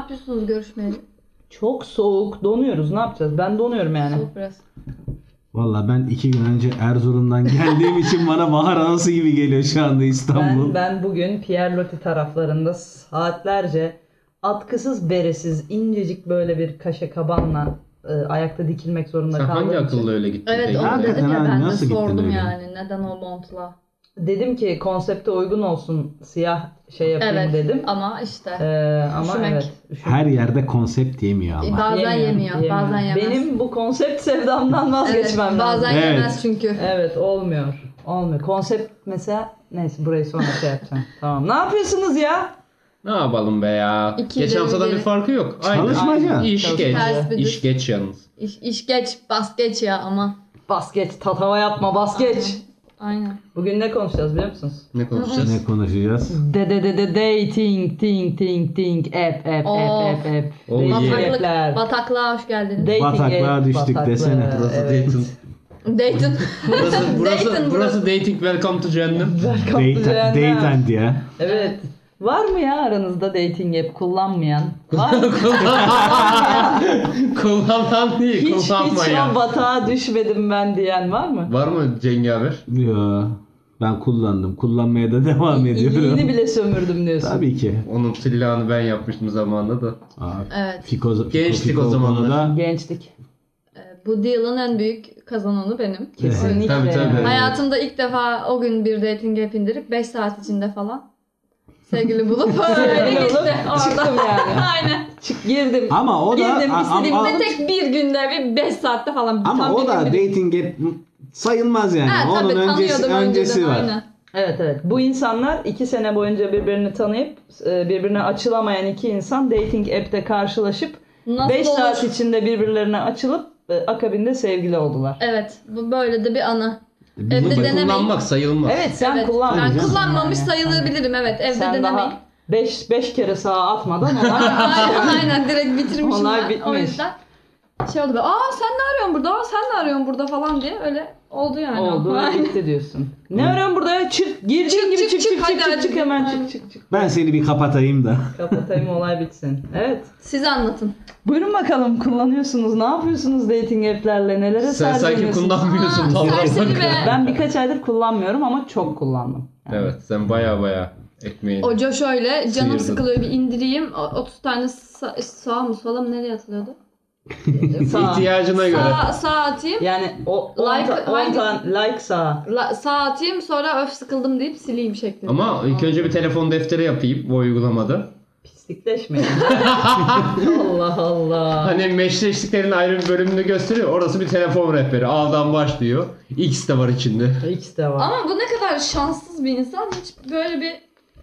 yapıyorsunuz görüşmeyeli? Çok soğuk. Donuyoruz. Ne yapacağız? Ben donuyorum yani. Soğuk biraz. Valla ben 2 gün önce Erzurum'dan geldiğim için bana bahar havası gibi geliyor şu anda İstanbul. Ben bugün Pierre Loti taraflarında saatlerce atkısız, beresiz, incecik böyle bir kaşe kabanla ayakta dikilmek zorunda Sen kaldığım hangi için. akıllı öyle gittin? Evet peki? onu Hakikaten dedim ya abi, ben de nasıl gittin sordum öyle? yani neden o montla. Dedim ki konsepte uygun olsun, siyah şey yapayım Evet dedim. ama işte Ama üşümek. evet. Her yerde konsept yemiyor ama. bazen yemiyor bazen yemez. Benim bu konsept sevdamdan vazgeçmem evet, lazım. bazen Evet. yemez çünkü. Evet olmuyor. Olmuyor. Konsept mesela neyse burayı sonra şey yapacağım. Tamam. Ne yapıyorsunuz ya? Ne yapalım be ya? İki Geçen haftadan ileri. bir farkı yok. Aynen. Çalışmaca. İş geç. Ters bir düz. İş geç yalnız. İş geç bas geç ya ama. Bas geç. Tatava yapma. Bas geç. Aynen. Bugün ne konuşacağız biliyor musunuz? Ne konuşacağız? Ne konuşacağız? De dating app. Oh Dating yeah. app'ler. Bataklığa hoş geldiniz. Dating Bataklığa app, düştük bataklığı, desene. Burası evet. Dayton. Dayton. Burası dating welcome to cehennem. Welcome to cehennem. Date ya. Evet. Var mı ya aranızda dating app kullanmayan? Var mı? Kullanan değil, hiç kullanmayan. o batağa düşmedim ben diyen var mı? Var mı cengaver? Yo. Ben kullandım. Kullanmaya da devam ediyorum. İliğini bile sömürdüm diyorsun. Tabii ki. Onun silahını ben yapmıştım zamanında da. Evet. Gençtik o zamanlar. konuda Gençlik. Bu deal'ın en büyük kazananı benim. Kesinlikle. Tabii, tabii. yani. Hayatımda ilk defa o gün bir dating app indirip 5 saat içinde falan sevgili bulup öyle gitti orada. Çıktım yani. Aynen. Girdim. ama o da Girdim, istediğim Ve tek bir günde bir 5 saatte falan. ama tam o bir da gün bir- dating app sayılmaz yani. Ha, Onun tabii, öncesi tanıyordum öncesi önceden, var. aynen. Evet. Bu insanlar 2 sene boyunca birbirini tanıyıp birbirine açılamayan iki insan dating app'te karşılaşıp Nasıl 5 olur? saat içinde birbirlerine açılıp akabinde sevgili oldular. Evet. Bu böyle de bir anı. Bizim Evde bakın- denemeyin. Kullanmak sayılmaz. Evet sen Evet. kullanmadın. Ben canım. kullanmamış Yani. sayılabilirim. Evet. Evde Sen denemeyin. daha 5 kere sağa atmadan olay Aynen direkt bitirmişim Olay ben. bitmiş. O yüzden şey oldu böyle. Sen ne arıyorsun burada? Sen ne arıyorsun burada falan diye öyle oldu yani. oldu ve Aynen. bitti diyorsun. Ne arıyorsun burada ya? Çık. Girdiğin gibi çık hadi. hemen Aynen. çık. Ben seni bir kapatayım da. Kapatayım olay bitsin. Evet. Siz anlatın. Buyurun bakalım kullanıyorsunuz. Ne yapıyorsunuz dating app'lerle? Nelere Sen sanki serzeniyorsunuz? kullanmıyorsun. Tavra Serseri bak. be. Ben birkaç aydır kullanmıyorum ama çok kullandım. Yani. Evet sen baya ekmeğini. Hoca şöyle canım Sıyırdın. sıkılıyor bir indireyim. 30 tane sağ mı sola mı nereye atılıyordu? Sağ. İhtiyacına göre. Sağ atayım. Yani o 10 Like- tane like sağ. Sağ atayım sonra öf sıkıldım deyip sileyim şeklinde. Ama ilk önce bir telefon defteri yapayım bu uygulamada. Pislikleşmeyin. Allah Allah. Hani meşleştiklerin ayrı bir bölümünü gösteriyor. Orası bir telefon rehberi. A'dan başlıyor. X de var içinde. X de var. Ama bu ne kadar şanssız bir insan hiç böyle bir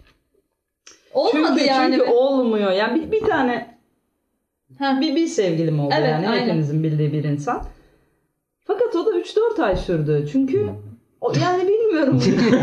olmadı çünkü, yani. Çünkü olmuyor. Yani bir tane Heh. bir sevgilim oldu Evet, yani aynen. hepimizin bildiği bir insan. Fakat o da 3-4 ay sürdü. Çünkü yani bilmiyorum.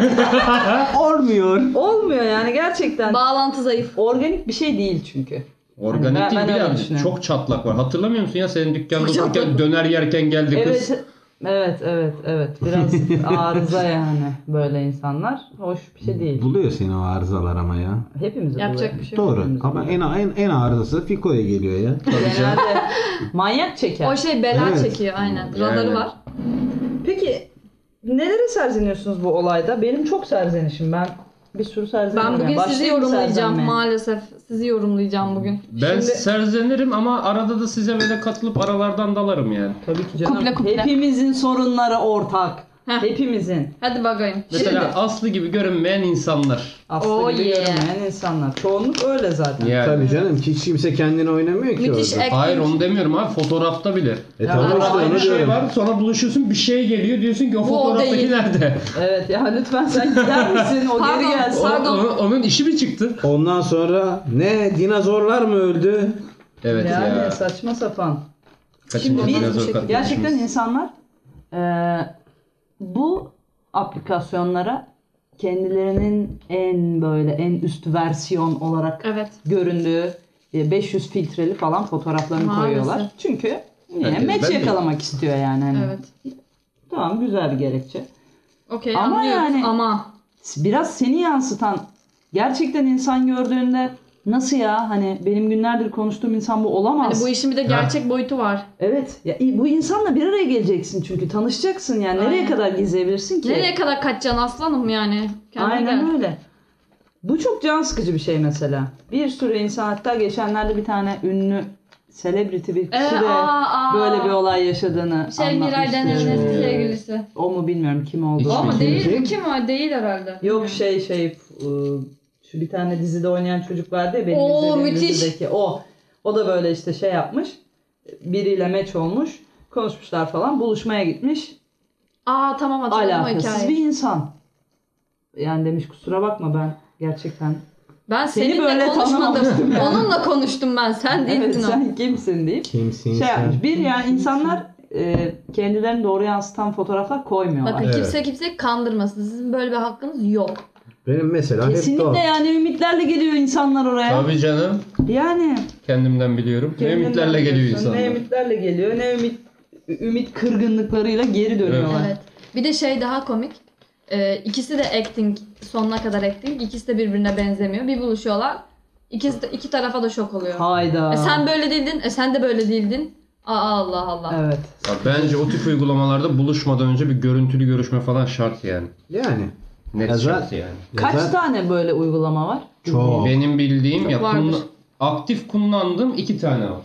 Olmuyor. Olmuyor yani gerçekten. Bağlantı zayıf. Organik bir şey değil çünkü. Organik Ben değil öyle bir düşünüyorum. çok çatlak var. Hatırlamıyor musun ya senin dükkanda Çok otururken çatlak. döner yerken geldi kız. Evet. Biraz arıza yani böyle insanlar. Hoş bir şey değil. Buluyor seni o arızalar ama ya. Hepimizi Yapacak buluyor. bir şey yok. Doğru. Hepimiz Ama en arızası Fiko'ya geliyor ya. Genelde manyak çeker. O şey bela Evet. çekiyor aynen. Radarı Yani. var. Peki nelere serzeniyorsunuz bu olayda? Benim çok serzenişim. Ben bir sürü serzeniyorum. Ben bugün Yani. sizi Başlayayım mı yorumlayacağım serzenmeye? maalesef. Sizi yorumlayacağım bugün. Ben Şimdi- serzenirim ama arada da size böyle katılıp aralardan dalarım yani. Tabii ki canım. Kuple. Hepimizin sorunları ortak. Heh. Hepimizin. Hadi bakayım. Mesela Şimdi- Aslı gibi görünmeyen insanlar. Aslı Oh gibi yeah. görünmeyen insanlar. Çoğunluk öyle zaten. Yani. Tabii canım hiç kimse kendini oynamıyor ki Müthiş orada. ek- Hayır onu demiyorum abi fotoğrafta bile. Tamam işte Fotoğrafta onu bir şey diyorum. var sonra buluşuyorsun bir şey geliyor diyorsun ki o Bu o fotoğraftaki değil. nerede? Evet ya lütfen sen gider misin? O Pardon, geri gelsin. pardon. Onun işi mi çıktı? Ondan sonra ne dinozorlar mı öldü? Evet yani ya. saçma sapan. Kaçıncı Şimdi dinozor biz katledilmişiz. gerçekten insanlar bu aplikasyonlara kendilerinin en üst versiyon olarak Evet. göründüğü 500 filtreli falan fotoğraflarını Maalesef. koyuyorlar. Çünkü yine Herkes match ben yakalamak istiyor yani. Hani. Evet. Tamam güzel bir gerekçe. Okey Ama anlıyoruz yani- ama Biraz seni yansıtan gerçekten insan gördüğünde Nasıl ya? Hani benim günlerdir konuştuğum insan bu olamaz. Hani bu işin bir de gerçek boyutu var. Evet. Ya bu insanla bir araya geleceksin çünkü tanışacaksın yani. Nereye Aynen. kadar gizleyebilirsin ki? Nereye kadar kaçacaksın aslanım yani? Kendine Aynen gel. öyle. Bu çok can sıkıcı bir şey mesela. Bir sürü insan, hatta geçenlerde bir tane ünlü celebrity bir kişi de böyle bir olay yaşadığını Miray anlatmıştı. denen eski sevgilisi. O mu bilmiyorum kim oldu. Hiç O mu Kim değil ki? mi? Kim o? Değil herhalde. Yok şu bir tane dizide oynayan çocuk vardı ya benim Oo, izlediğim müthiş. dizideki. O da böyle işte şey yapmış. Biriyle match olmuş. Konuşmuşlar falan. Buluşmaya gitmiş. Tamam hatırladım o Alakasız hikayeyi. bir insan. Yani demiş kusura bakma ben gerçekten. Ben Seni seninle böyle konuşmadım. tanımamıştım yani. Onunla konuştum ben. Sen değilsin Evet o. sen kimsin deyip. Kimsin Şey sen? yapmış. Bir yani insanlar kendilerini doğru yansıtan fotoğraflar koymuyorlar. Bakın Evet. kimse kandırmasın. Sizin böyle bir hakkınız yok. Benim mesela hep de o. Kesinlikle yani ümitlerle geliyor insanlar oraya. Tabii canım. Yani. Kendimden biliyorum. Ne ümitlerle geliyor insanlar. Ne ümitlerle geliyor ne ümit kırgınlıklarıyla geri dönüyorlar. Evet. Bir de şey daha komik. İkisi de acting. Sonuna kadar acting. İkisi de birbirine benzemiyor. Bir buluşuyorlar. İki tarafa da şok oluyor. Hayda. Sen böyle değildin. Sen de böyle değildin. Allah Allah. Evet. Ya bence o tip uygulamalarda buluşmadan önce bir görüntülü görüşme falan şart yani. Yani. Net Ya şart yani. Kaç tane böyle uygulama var? Çok. Benim bildiğim Çok ya vardır. aktif kullandığım 2 tane var.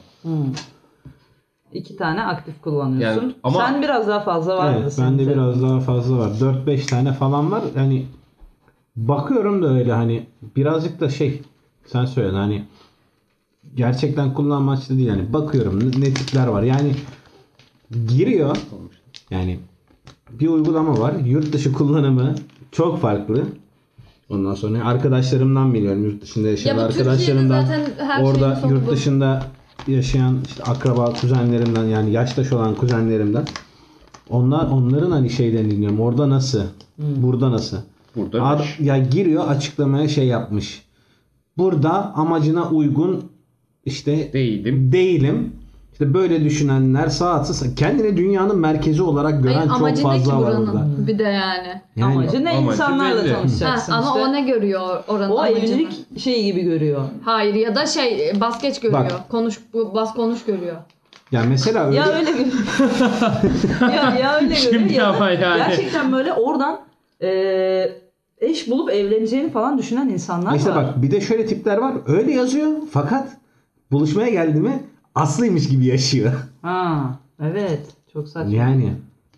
2 tane aktif kullanıyorsun. Yani ama- Sen biraz daha fazla var. Evet, bende biraz daha fazla var. 4-5 tane falan var. Hani bakıyorum da öyle hani birazcık da sen söyle hani gerçekten kullanma amaçlı değil yani bakıyorum ne tipler var. Yani giriyor yani bir uygulama var. Yurt dışı kullanımı çok farklı. Ondan sonra arkadaşlarımdan biliyorum yurt dışında yaşayan Ya bu Türkiye'de arkadaşlarımdan zaten her orada şeyin sonu yurt bu. dışında yaşayan işte akraba kuzenlerimden yani yaştaş olan kuzenlerimden onların hani şeyden dinliyorum. Orada nasıl? Burada nasıl? Burada Ya giriyor açıklamaya yapmış. Burada amacına uygun işte değilim. İşte böyle düşünenler saatsız kendini dünyanın merkezi olarak gören çok amacı ne ki fazla var buranın? burada. Bir de yani. Amacı ne? amacı İnsanlarla belli. tanışacaksın Ama işte. o ne görüyor oranın O amacını? evlilik şeyi gibi görüyor. Hayır ya da bas geç görüyor. Bak. Bas konuş görüyor. Ya mesela öyle Ya öyle görüyor. ya öyle görüyor Kim ya da yani? gerçekten böyle oradan eş bulup evleneceğini falan düşünen insanlar işte var. bak bir de şöyle tipler var. Öyle yazıyor fakat buluşmaya geldi mi aslıymış gibi yaşıyor. Ha, evet. Çok saçma. Yani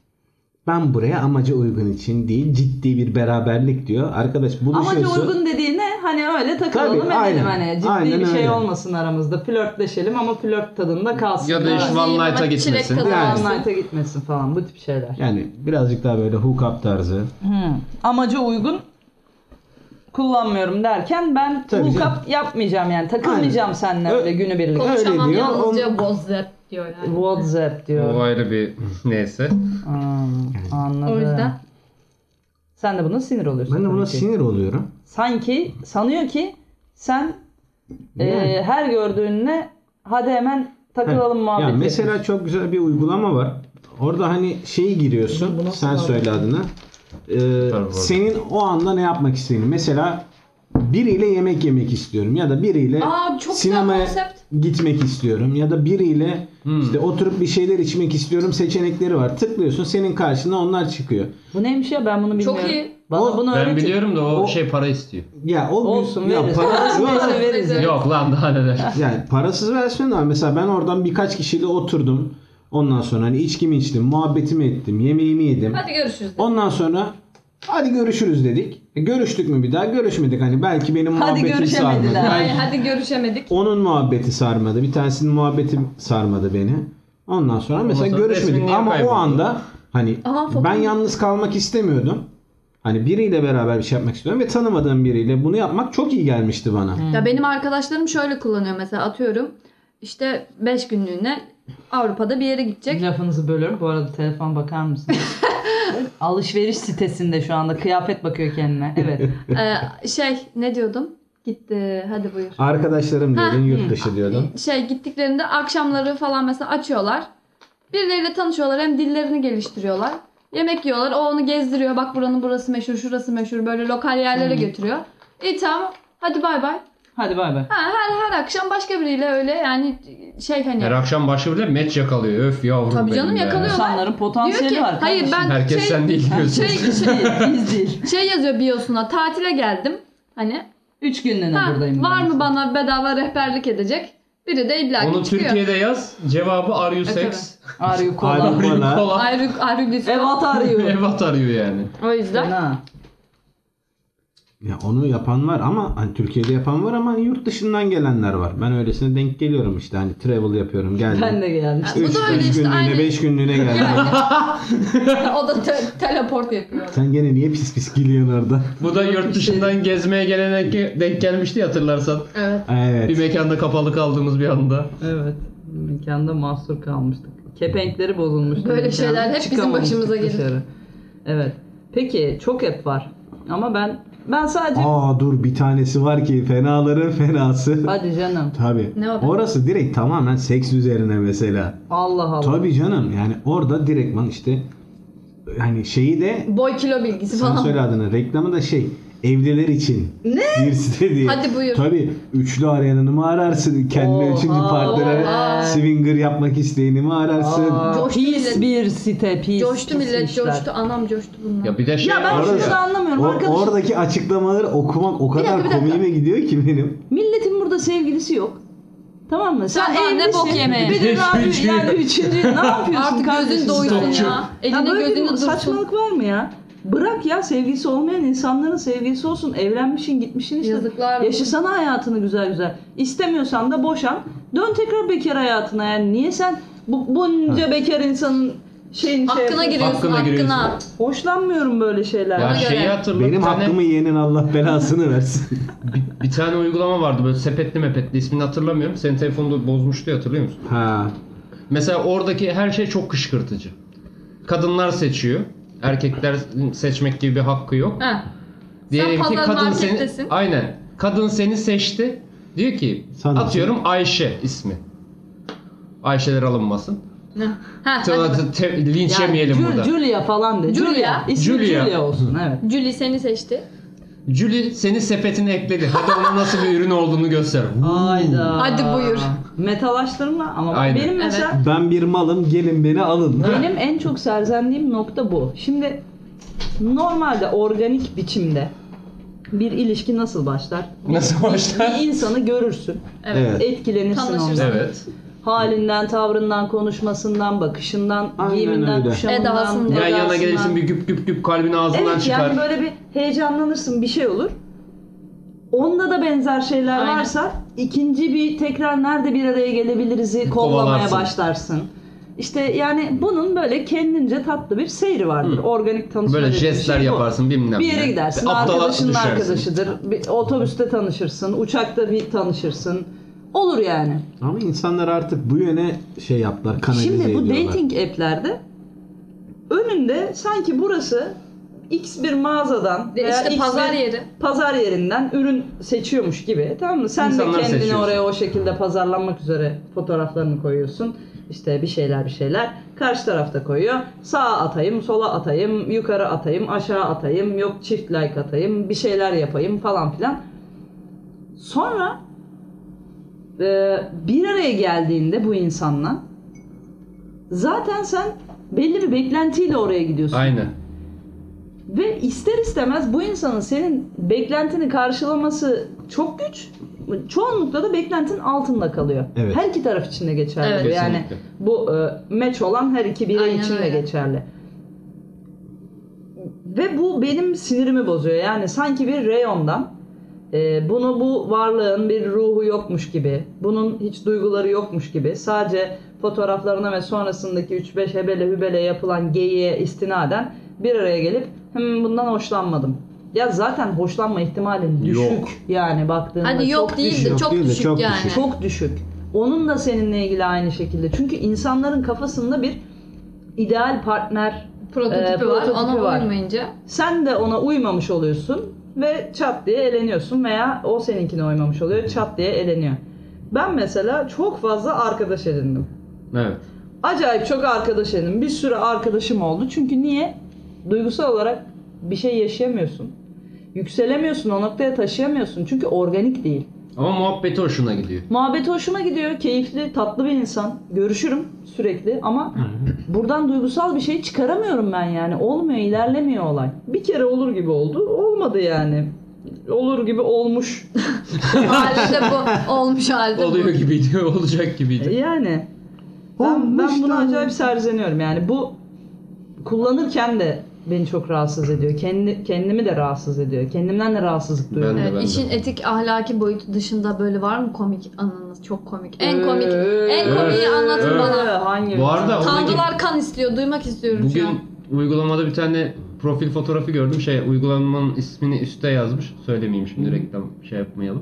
ben buraya amaca uygun için değil ciddi bir beraberlik diyor. Arkadaş buluşuyorsun. Amacı uygun dediğine hani öyle takılalım Tabii, edelim aynen. hani ciddi Aynen bir şey öyle. olmasın aramızda. Flörtleşelim ama flört tadında kalsın. Ya da Yani işte one night'a Çilek gitmesin. tadı Yani. one night'a gitmesin falan bu tip şeyler. Yani birazcık daha böyle hook up tarzı. Amaca uygun kullanmıyorum derken ben Tabii hook canım. up yapmayacağım yani takılmayacağım seninle öyle günübirlik. Konuşamam diyor, yalnızca WhatsApp diyor yani. WhatsApp O diyor. ayrı bir neyse. Anladım. O yüzden. Sen de buna sinir oluyorsun. Ben de buna tabii ki. sinir oluyorum. Sanki sanıyor ki sen Yani. her gördüğünde hadi hemen takılalım muhabbet Ya mesela yapıyorsun. çok güzel bir uygulama var. Orada hani giriyorsun. Bu nasıl Sen abi? söyle adını. Tabii. Senin o anda ne yapmak istediğini. Mesela biriyle yemek yemek istiyorum ya da biriyle Çok sinemaya güzel konsept. gitmek istiyorum ya da biriyle işte oturup bir şeyler içmek istiyorum seçenekleri var. Tıklıyorsun senin karşına onlar çıkıyor. Bu neymiş ya ben bunu bilmiyorum. Çok iyi. Bana bunu Ben öğretin. biliyorum da o para istiyor. Ya o Olsun, ya veririz. para- Parasını Yok, neyse veririz ya. Yok lan daha neler. yani parasız versiyon var. Mesela ben oradan birkaç kişiyle oturdum. Ondan sonra hani içkimi içtim, muhabbetimi ettim, yemeğimi yedim. Hadi görüşürüz. Ondan sonra hadi görüşürüz dedik. Görüştük mü bir daha? Görüşmedik. Hani belki benim Hadi muhabbetim görüşemediler. sarmadı. Ay, Belki hadi görüşemedik. onun muhabbeti sarmadı. Bir tanesinin muhabbeti sarmadı beni. Ondan sonra mesela sonra görüşmedik. resmini Ama o kayboldu. anda hani Aha, ben yalnız kalmak istemiyordum. Hani biriyle beraber bir şey yapmak istiyorum ve tanımadığım biriyle bunu yapmak çok iyi gelmişti bana. Ya benim arkadaşlarım şöyle kullanıyor mesela atıyorum. İşte 5 günlüğüne Avrupa'da bir yere gidecek. Lafınızı bölüyorum. Bu arada telefon bakar mısınız? Alışveriş sitesinde şu anda kıyafet bakıyor kendine. Evet. Ne diyordum? Gitti. Hadi buyur. Arkadaşlarım diyordun, yurt dışı diyordun. Gittiklerinde akşamları falan mesela açıyorlar. Birileriyle tanışıyorlar. Hem dillerini geliştiriyorlar. Yemek yiyorlar. O onu gezdiriyor. Bak buranın burası meşhur, şurası meşhur. Böyle lokal yerlere götürüyor. İyi tamam. Hadi bay bay. Hadi bay bay. Her akşam başka biriyle öyle yani şey hani. Her akşam başka biriyle match yakalıyor. Öf yavrum Tabii canım, benim ya. yakalıyor. İnsanların potansiyeli Diyor ki, var. hayır kardeşim. ben Herkes sen değil diyorsun. Biz değil. şey yazıyor biosuna, tatile geldim. Hani 3 günlüğüne buradayım. var ben. mı bana bedava rehberlik edecek? Biri de illa Onu ki çıkıyor. Türkiye'de yaz. Cevabı are you tabii. sex? Are you Are cola? you cola? Kola. Ayrı disco. Evet arıyor. Evet arıyor yani. O yüzden. Fena. Ya onu yapan var ama hani Türkiye'de yapan var ama yurt dışından gelenler var. Ben öylesine denk geliyorum işte hani travel yapıyorum geldim. Ben de gelmiştim. Bu da öyle 3 işte, günlüğüne aynı. 5 günlüğüne geldim. O da teleport yapıyor. Sen gene niye pis pis gülüyorsun orada? Bu da yurt dışından gezmeye gelene denk gelmişti ya, hatırlarsan. Evet. Evet. Bir mekanda kapalı kaldığımız bir anda. Evet. Mekanda mahsur kalmıştık. Kepenkleri bozulmuştu. Böyle mekanda. şeyler hep bizim Çıkamamıştık başımıza gelir. dışarı. Evet. Peki çok app var. Ama ben sadece... Aa dur, bir tanesi var ki fenaların fenası. Hadi canım. Tabii. Ne o be? Orası direkt tamamen seks üzerine mesela. Allah Allah. Tabii canım, yani orada direktman işte hani şeyi de Boy kilo bilgisi sen falan. söyle adını, reklamı da şey, evliler için bir site diye. Hadi buyur. Tabii üçlü arayanını mı ararsın, kendine Oha. üçüncü partnere Oha. swinger yapmak isteyeni mi ararsın? Aa, Coştu pis millet. bir site, pis. Coştu pis millet, işler. coştu. Anam coştu bunlar. Ya bir de şey Ya ben var şunu Orada- da anlamıyorum arkadaşım. Oradaki açıklamaları okumak o kadar dakika, bir dakika. komiğime gidiyor ki benim. Milletin burada sevgilisi yok. Tamam mı? Sen Tamam, ne evlisin. bok yemeği. Bir de daha Üçüncü. yani üçüncü. Ne yapıyorsun Artık kardeşim? gözün doysun Stokçu. ya. Ya Eline böyle gözünü bir dursun. saçmalık var mı ya? Bırak ya, sevgilisi olmayan insanların sevgilisi olsun. Evlenmişin gitmişin işte. Yazıklar olsun. Yaşasana hayatını güzel güzel. İstemiyorsan da boşan. Dön tekrar bekar hayatına yani. Niye sen bunca bekar insanın şeyini Hakkına yapıyorsun? giriyorsun, Hakkına hakkına. giriyorsun. Hoşlanmıyorum böyle şeyler. Ya Ona şeyi göre. hatırla. Benim bir tane- hakkımı yiyenin Allah belasını versin. Bir tane uygulama vardı böyle, sepetli mepetli, ismini hatırlamıyorum. Senin telefonunu bozmuştu ya, hatırlıyor musun? Ha. Mesela oradaki her şey çok kışkırtıcı. Kadınlar seçiyor. Erkekler seçmek gibi bir hakkı yok. Heh. Diyelim Sen ki pazar kadın seni markettesin. aynen. Kadın seni seçti. Diyor ki Sana atıyorum Ayşe ismi. Ayşeler alınmasın. Ne? Ha, Sonra hadi bak. linç yemeyelim burada. Julia falan de. Julia. İsmi Julia. Julia olsun evet. Julie seni seçti. Julie seni sepetine ekledi. Hadi ona nasıl bir ürün olduğunu göster. Hayda. Hadi buyur. Metalaştırma ama Aynen. benim mesela Ben bir malım, gelin beni alın. benim en çok serzendiğim nokta bu. Şimdi normalde organik biçimde bir ilişki nasıl başlar? Nasıl başlar? Bir insanı görürsün, Evet. etkilenirsin Tanışırsın. ondan. Evet. Halinden, tavrından, konuşmasından, bakışından, Aynen giyiminden, öyle. kuşamından, Edasından. Yan yana edasından. gelirsin, bir güp güp güp kalbin ağzından Evet çıkar. yani böyle bir heyecanlanırsın, bir şey olur. Onda da benzer şeyler Aynen. varsa ikinci bir tekrar nerede bir araya gelebiliriz'i kollamaya Kovalarsın. başlarsın. İşte yani bunun böyle kendince tatlı bir seyri vardır. Organik tanışma Böyle dediğim jestler şey bu. yaparsın bilmem Bir yere ne. gidersin, Aptala arkadaşının düşersin. arkadaşıdır. Bir otobüste tanışırsın, uçakta bir tanışırsın. Olur yani. Ama insanlar artık bu yöne şey yaptılar, kanalize Şimdi bu ediyorlar. dating app'lerde önünde sanki burası X bir mağazadan veya İşte X pazar bir yeri. pazar yerinden ürün seçiyormuş gibi, tamam mı? Sen İnsanlar de kendini seçiyorsun. oraya o şekilde pazarlanmak üzere fotoğraflarını koyuyorsun. İşte bir şeyler. Karşı tarafta koyuyor. Sağa atayım, sola atayım, yukarı atayım, aşağı atayım, yok çift like atayım, bir şeyler yapayım falan filan. Sonra bir araya geldiğinde bu insanla zaten sen belli bir beklentiyle oraya gidiyorsun. Aynen. Ve ister istemez bu insanın senin beklentini karşılaması çok güç. Çoğunlukla da beklentinin altında kalıyor. Evet. Her iki taraf için de geçerli. Evet. bu. Yani Kesinlikle. bu match olan her iki birey Aynen için de öyle. geçerli. Ve bu benim sinirimi bozuyor. Yani sanki bir reyondan bunu bu varlığın bir ruhu yokmuş gibi, bunun hiç duyguları yokmuş gibi, sadece fotoğraflarına ve sonrasındaki 3-5 hebele hübele yapılan geyiğe istinaden bir araya gelip bundan hoşlanmadım. Ya zaten hoşlanma ihtimalin düşük. Yok. Yani baktığında Hadi yok çok değil düşük. de çok Değil de düşük çok yani. düşük. Çok düşük. Onun da seninle ilgili aynı şekilde. Çünkü insanların kafasında bir ideal partner Prototipi var. prototipi Ona var. uymayınca. Sen de ona uymamış oluyorsun ve çat diye eleniyorsun veya o seninkine uymamış oluyor, çat diye eleniyor. Ben mesela çok fazla arkadaş edindim. Evet. Acayip çok arkadaş edindim. Bir sürü arkadaşım oldu. Çünkü niye? Duygusal olarak bir şey yaşayamıyorsun. Yükselemiyorsun, o noktaya taşıyamıyorsun. Çünkü organik değil. Ama muhabbeti hoşuna gidiyor. Muhabbet hoşuma gidiyor. Keyifli, tatlı bir insan. Görüşürüm sürekli ama buradan duygusal bir şey çıkaramıyorum ben yani. Olmuyor, ilerlemiyor olay. Bir kere olur gibi oldu. Olmadı yani. Olur gibi olmuş. Halde bu. Olmuş halde Oluyor bu. gibiydi, olacak gibiydi. Yani ben buna acayip serzeniyorum. Yani bu kullanırken de beni çok rahatsız ediyor. Kendimi de rahatsız ediyor. Kendimden de rahatsızlık duyuyorum. Ben de. İşin etik ahlaki boyutu dışında böyle var mı komik anınız? Çok komik. En komiği anlatın bana. Hangi? Bu arada Tanrılar kan istiyor. Duymak istiyorum şu bugün an. uygulamada bir tane profil fotoğrafı gördüm. Uygulamanın ismini üstte yazmış. Söylemeyeyim şimdi, reklam yapmayalım.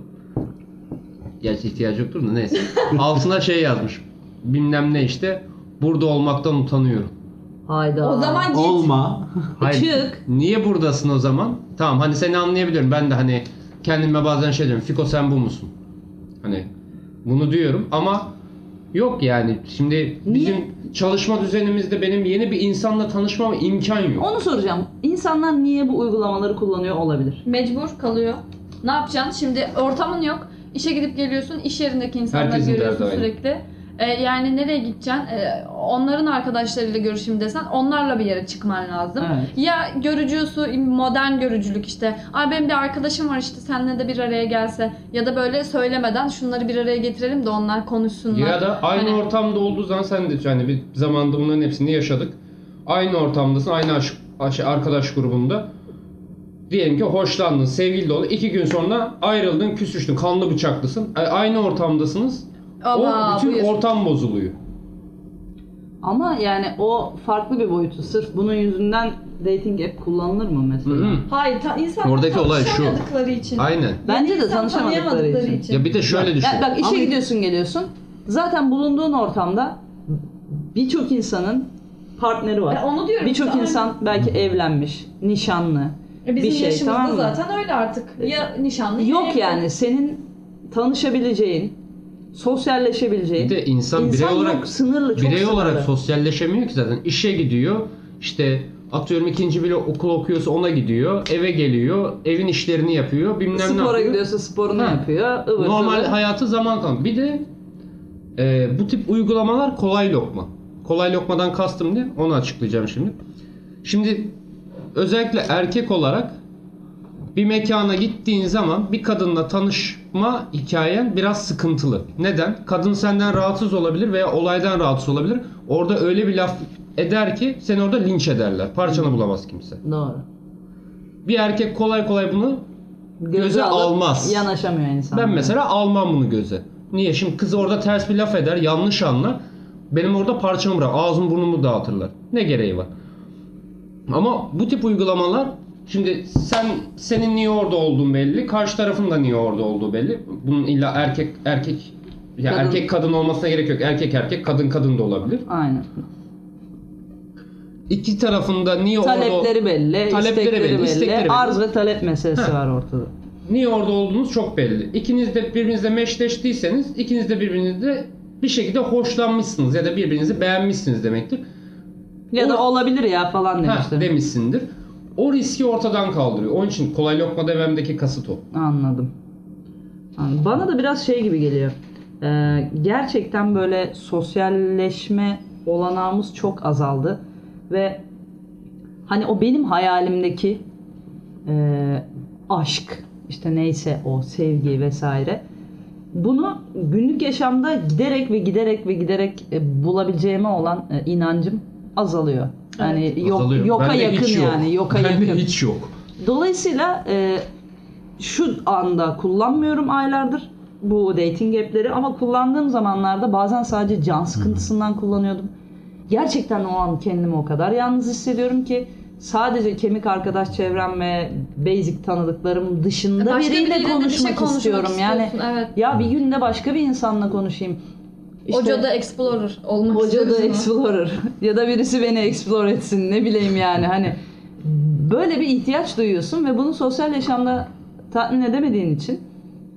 Gerçi ihtiyacı yoktur da neyse. Altına yazmış. Bilmem ne işte. Burada olmaktan utanıyorum. Hayda. O zaman git. Olma. Hayır. Çık. Niye buradasın o zaman? Tamam, hani seni anlayabiliyorum. Ben de hani kendime bazen diyorum. Fiko sen bu musun? Hani bunu diyorum ama yok yani. Şimdi bizim çalışma düzenimizde benim yeni bir insanla tanışmama imkan yok. Onu soracağım. İnsanlar niye bu uygulamaları kullanıyor olabilir? Mecbur kalıyor. Ne yapacaksın? Şimdi ortamın yok. İşe gidip geliyorsun. İş yerindeki insanları Herkesin görüyorsun derdi aynı. sürekli. Yani nereye gideceksin? Onların arkadaşlarıyla görüşeyim desen onlarla bir yere çıkman lazım. Evet. Ya görücüsü, modern görücülük işte. Ay benim bir arkadaşım var işte seninle de bir araya gelse. Ya da böyle söylemeden şunları bir araya getirelim de onlar konuşsunlar. Ya da aynı Hani- ortamda olduğu zaman sen de yani bir zamanda bunların hepsini yaşadık. Aynı ortamdasın, aynı arkadaş grubunda. Diyelim ki hoşlandın, sevgili de oldu. 2 gün sonra ayrıldın, küsüştün, kanlı bıçaklısın. Aynı ortamdasınız. Ama o bütün buyur. ortam bozuluyor. Ama yani o farklı bir boyutu. Sırf bunun yüzünden dating app kullanılır mı mesela? Hı hı. Hayır, insanlar Oradaki olay şu. tanışamadıkları için. Aynen. Bence de İnsan tanışamadıkları tanıyamadıkları için. Ya bir de şöyle düşün. Ya bak işe Ama- gidiyorsun geliyorsun. Zaten bulunduğun ortamda birçok insanın partneri var. Onu diyorum. Birçok işte. insan belki evlenmiş, nişanlı. Bizim bir şey, yaşımızda tamam mı? zaten öyle artık. Ya nişanlı ya Yok evli. yani senin tanışabileceğin, sosyalleşebileceğin. Bir de insan birey olarak yok, sınırlı, çok birey sınırlı. olarak sosyalleşemiyor ki zaten. İşe gidiyor. İşte atıyorum ikinci bir okul okuyorsa ona gidiyor. Eve geliyor. Evin işlerini yapıyor. Bilmem ne Spora yapıyor. gidiyorsa sporunu Ha. yapıyor. ıvır Normal zıvır. hayatı zaman kalmıyor. Bir de bu tip uygulamalar kolay lokma. Kolay lokmadan kastım ne? Onu açıklayacağım şimdi. Şimdi özellikle erkek olarak bir mekana gittiğin zaman bir kadınla tanışma hikayen biraz sıkıntılı. Neden? Kadın senden rahatsız olabilir veya olaydan rahatsız olabilir. Orada öyle bir laf eder ki seni orada linç ederler. Parçanı bulamaz kimse. Doğru. Bir erkek kolay kolay bunu göze alıp almaz. Yanaşamıyor insan. Ben mesela almam bunu göze. Niye? Şimdi kız orada ters bir laf eder, yanlış anlar. Benim orada parçamı bırak, ağzım burnumu dağıtırlar. Ne gereği var? Ama bu tip uygulamalar, şimdi senin niye orada olduğun belli, karşı tarafın da niye orada olduğu belli. Bunun illa erkek ya Kadın. erkek kadın olmasına gerek yok. Erkek kadın kadın da olabilir. Aynen. İki tarafında niye Talepleri orada belli, Talepleri istekleri belli, belli. istekleri belli. Arz ve talep meselesi var ortada. niye orada olduğunuz çok belli. İkiniz de birbirinizle meşleştiyseniz ikiniz de birbirinizle bir şekilde hoşlanmışsınız ya da birbirinizi beğenmişsiniz demektir. Ya da olabilir ya falan demiştim. Demişsindir. O riski ortadan kaldırıyor. Onun için kolay lokma dememdeki kasıt o. Anladım. Bana da biraz şey gibi geliyor. Gerçekten böyle sosyalleşme olanağımız çok azaldı. Ve hani o benim hayalimdeki aşk, işte neyse o sevgi vesaire. Bunu günlük yaşamda giderek bulabileceğime olan inancım azalıyor. Yani Azalıyor. yoka Bende yakın hiç yok. yani, yoka Bende yakın. hiç yok. Dolayısıyla şu anda kullanmıyorum aylardır bu dating app'leri ama kullandığım zamanlarda bazen sadece can sıkıntısından kullanıyordum. Gerçekten o an kendimi o kadar yalnız hissediyorum ki sadece kemik arkadaş çevrem ve basic tanıdıklarım dışında Başka biriyle biriyle de bir konuşmak, şey konuşmak istiyorum. Yani istiyorsun, evet. ya bir günde başka bir insanla konuşayım. İşte, Hocada Explorer olmak Hocada istiyorsun ama. Explorer ya da birisi beni explore etsin, ne bileyim yani hani böyle bir ihtiyaç duyuyorsun ve bunu sosyal yaşamda tatmin edemediğin için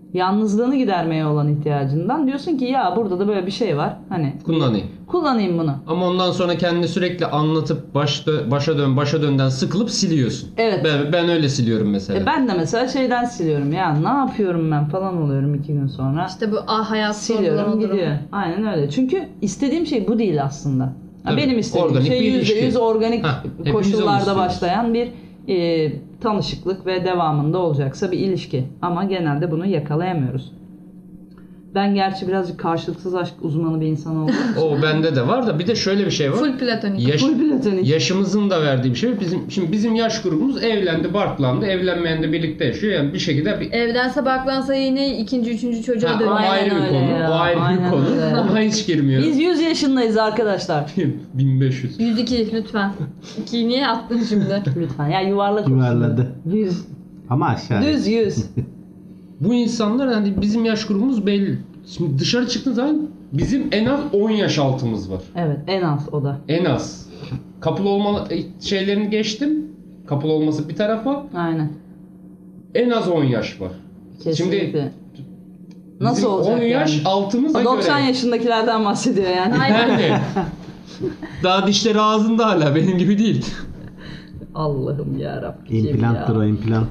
Yalnızlığını gidermeye olan ihtiyacından diyorsun ki ya burada da böyle bir şey var. Hani kullanayım bunu. Ama ondan sonra kendini sürekli anlatıp başa dönden sıkılıp siliyorsun. Evet. Ben öyle siliyorum mesela. Ben de mesela şeyden siliyorum ya ne yapıyorum ben falan oluyorum 2 gün sonra. İşte bu hayat Siliyorum sorgulama gidiyor. durumu. Aynen öyle. Çünkü istediğim şey bu değil aslında. Tabii, Benim istediğim organik şey bir ilişki. %100 organik Hepimiz onu koşullarda istiyoruz. başlayan bir tanışıklık ve devamında olacaksa bir ilişki. Ama genelde bunu yakalayamıyoruz. Ben gerçi birazcık karşılıksız aşk uzmanı bir insan oldum. O bende de var da bir de şöyle bir şey var. Full platonik. Full platonik. Yaşımızın da verdiği bir şey. Bizim yaş grubumuz evlendi, barklandı. Evlenmeyen de birlikte yaşıyor. Yani bir şekilde Evlense baklansa yine ikinci, üçüncü çocuğa o dönüyor. ayrı bir öyle konu. ya, O ayrı bir aynen konu. öyle. Ona hiç girmiyorum. Biz 100 yaşındayız arkadaşlar. 1500. 102 lütfen. 2'yi niye attın şimdi? Lütfen ya yuvarlak olsun. Yuvarladı. 100. Ama aşağı. Düz 100. Bu insanlar hani bizim yaş grubumuz belli. Şimdi dışarı çıktığın zaman bizim en az 10 yaş altımız var. Evet en az o da. En az. Couple olma şeylerini geçtim. Couple olması bir tarafa. Aynen. En az 10 yaş var. Kesinlikle. Şimdi Nasıl bizim olacak 10 yaş yani? altımıza 90 göre. yaşındakilerden bahsediyor yani. Yani. Daha dişleri ağzında hala benim gibi değil. Allah'ım yarabbim İmplanttır ya. o implant.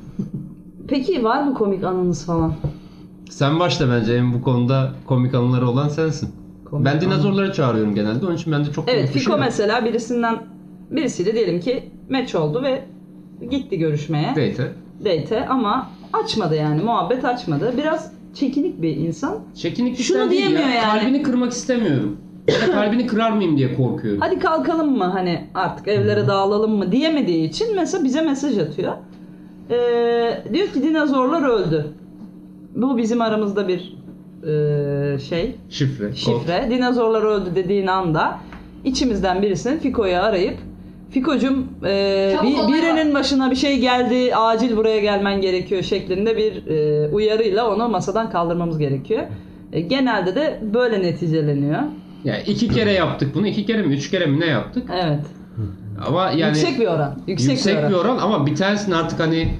Peki var mı komik anınız falan? Sen başla bence en bu konuda komik anıları olan sensin. Komik Ben anı. dinozorları çağırıyorum genelde. Onun için bende çok komik Evet bir şey Fiko yok. mesela birisiyle diyelim ki match oldu ve gitti görüşmeye. Date'e ama açmadı yani muhabbet açmadı. Biraz çekinik bir insan. Çekinik Şunu işler değil diyemiyor ya. yani. Kalbini kırmak istemiyorum. Ya da kalbini kırar mıyım diye korkuyorum. Hadi kalkalım mı hani artık evlere dağılalım mı diyemediği için mesela bize mesaj atıyor. Diyor ki dinozorlar öldü. Bu bizim aramızda bir Şifre. Kod. şifre. Dinozorlar öldü dediğin anda içimizden birisinin Fiko'yu arayıp Fiko'cum birinin başına bir şey geldi acil buraya gelmen gerekiyor şeklinde bir uyarıyla onu masadan kaldırmamız gerekiyor. Genelde de böyle neticeleniyor. Yani 2 kere yaptık bunu. 2 kere mi 3 kere mi ne yaptık? Evet. Ama yani Yüksek bir oran. yüksek bir oran ama bir tanesini artık hani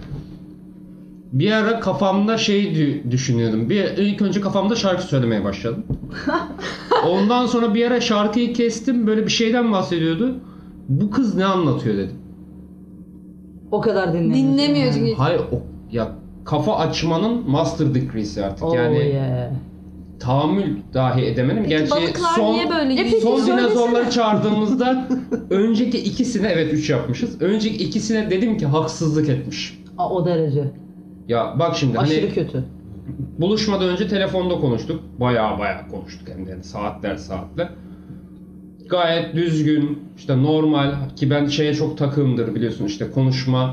bir ara kafamda düşünüyordum. İlk önce kafamda şarkı söylemeye başladım. Ondan sonra bir ara şarkıyı kestim. Böyle bir şeyden bahsediyordu. Bu kız ne anlatıyor dedim. O kadar dinlemiyor. Dinlemiyor çünkü. Hayır ya kafa açmanın master degree'si artık. Oh yani yeah. tahammül dahi edemedim. Peki Gerçi balıklar niye böyle peki son söylesene. dinozorları çağırdığımızda önceki ikisine evet 3 yapmışız. Önceki ikisine dedim ki haksızlık etmiş. O derece. Ya bak şimdi Aşırı hani kötü. buluşmadan önce telefonda konuştuk. Baya konuştuk hem de yani saatler. Gayet düzgün, işte normal ki ben şeye çok takığımdır biliyorsun işte konuşma